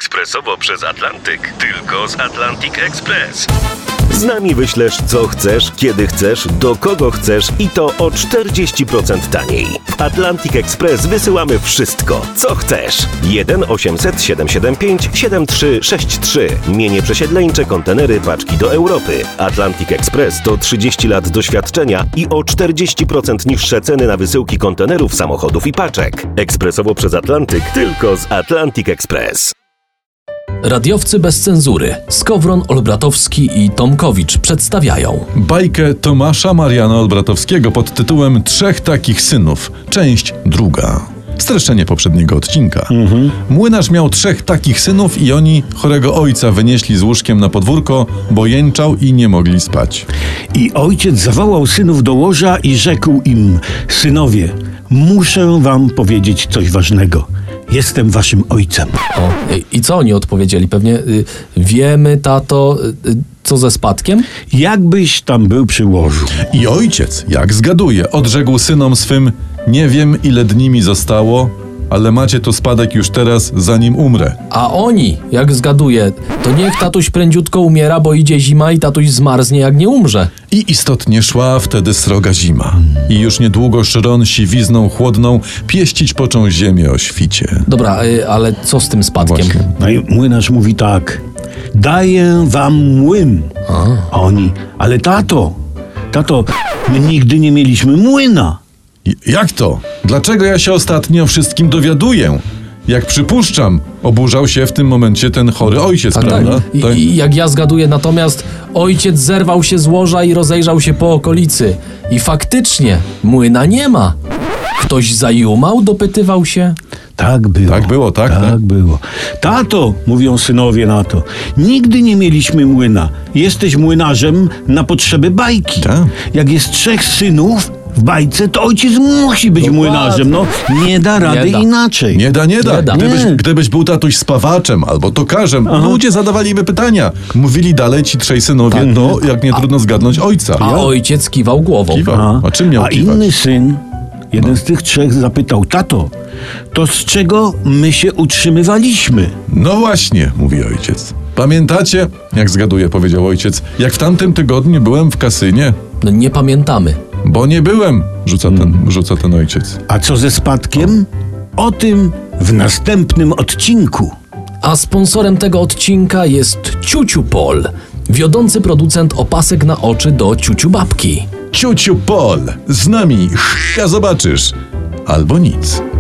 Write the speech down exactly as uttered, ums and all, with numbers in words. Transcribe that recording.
ekspresowo przez Atlantyk. Tylko z Atlantic Express. Z nami wyślesz co chcesz, kiedy chcesz, do kogo chcesz i to o czterdzieści procent taniej. W Atlantic Express wysyłamy wszystko, co chcesz. jeden osiemset siedemset siedemdziesiąt pięć siedemdziesiąt trzy sześćdziesiąt trzy. Mienie przesiedleńcze, kontenery, paczki do Europy. Atlantic Express to trzydzieści lat doświadczenia i o czterdzieści procent niższe ceny na wysyłki kontenerów, samochodów i paczek. Ekspresowo przez Atlantyk, tylko z Atlantic Express. Radiowcy bez cenzury. Skowron, Olbratowski i Tomkowicz przedstawiają bajkę Tomasza Mariana Olbratowskiego pod tytułem Trzech takich synów. Część druga. Streszczenie poprzedniego odcinka. Mhm. Młynarz miał trzech takich synów i oni chorego ojca wynieśli z łóżkiem na podwórko, bo jęczał i nie mogli spać. I ojciec zawołał synów do łoża i rzekł im: synowie, muszę wam powiedzieć coś ważnego. Jestem waszym ojcem. O, i, i co oni odpowiedzieli? Pewnie y, wiemy, tato, y, co ze spadkiem? Jakbyś tam był przy łożu. I ojciec, jak zgaduje, odrzekł synom swym: nie wiem, ile dni mi zostało, ale macie tu spadek już teraz, zanim umrę. A oni, jak zgaduję, to niech tatuś prędziutko umiera, bo idzie zima i tatuś zmarznie, jak nie umrze. I istotnie szła wtedy sroga zima. I już niedługo szron siwizną chłodną pieścić począł ziemię o świcie. Dobra, y, ale co z tym spadkiem? Właśnie. No i młynarz mówi tak: daję wam młyn. A. A oni: ale tato, tato, my nigdy nie mieliśmy młyna. Jak to? Dlaczego ja się ostatnio wszystkim dowiaduję? Jak przypuszczam, oburzał się w tym momencie ten chory ojciec, Tak, prawda? tak. I, To- I jak ja zgaduję, natomiast ojciec zerwał się z łoża i rozejrzał się po okolicy. I faktycznie, młyna nie ma. Ktoś zajumał, dopytywał się. Tak było. Tak było, tak, Tak tak. było. Tato, mówią synowie na to, nigdy nie mieliśmy młyna. Jesteś młynarzem na potrzeby bajki. Tak. Jak jest trzech synów w bajce, to ojciec musi być Dokładnie. młynarzem. No, nie da rady Nie da. inaczej. Nie da, nie da. Nie da. Gdybyś, Nie. gdybyś był tatuś spawaczem albo tokarzem, Aha. ludzie zadawaliby pytania. Mówili dalej ci trzej synowie, Tak. to jak nie trudno zgadnąć ojca. A ojciec kiwał głową. Kiwał. A, A czym miał a kiwać? inny syn, jeden z tych trzech, zapytał: tato, to z czego my się utrzymywaliśmy? No właśnie, mówi ojciec. Pamiętacie, jak zgaduję, powiedział ojciec, jak w tamtym tygodniu byłem w kasynie? No nie pamiętamy. Bo nie byłem, rzuca ten, rzuca ten ojciec. A co ze spadkiem? O tym w następnym odcinku. A sponsorem tego odcinka jest Ciuciu Pol, wiodący producent opasek na oczy do ciuciu babki. Ciuciu Pol, z nami, ja zobaczysz. Albo nic.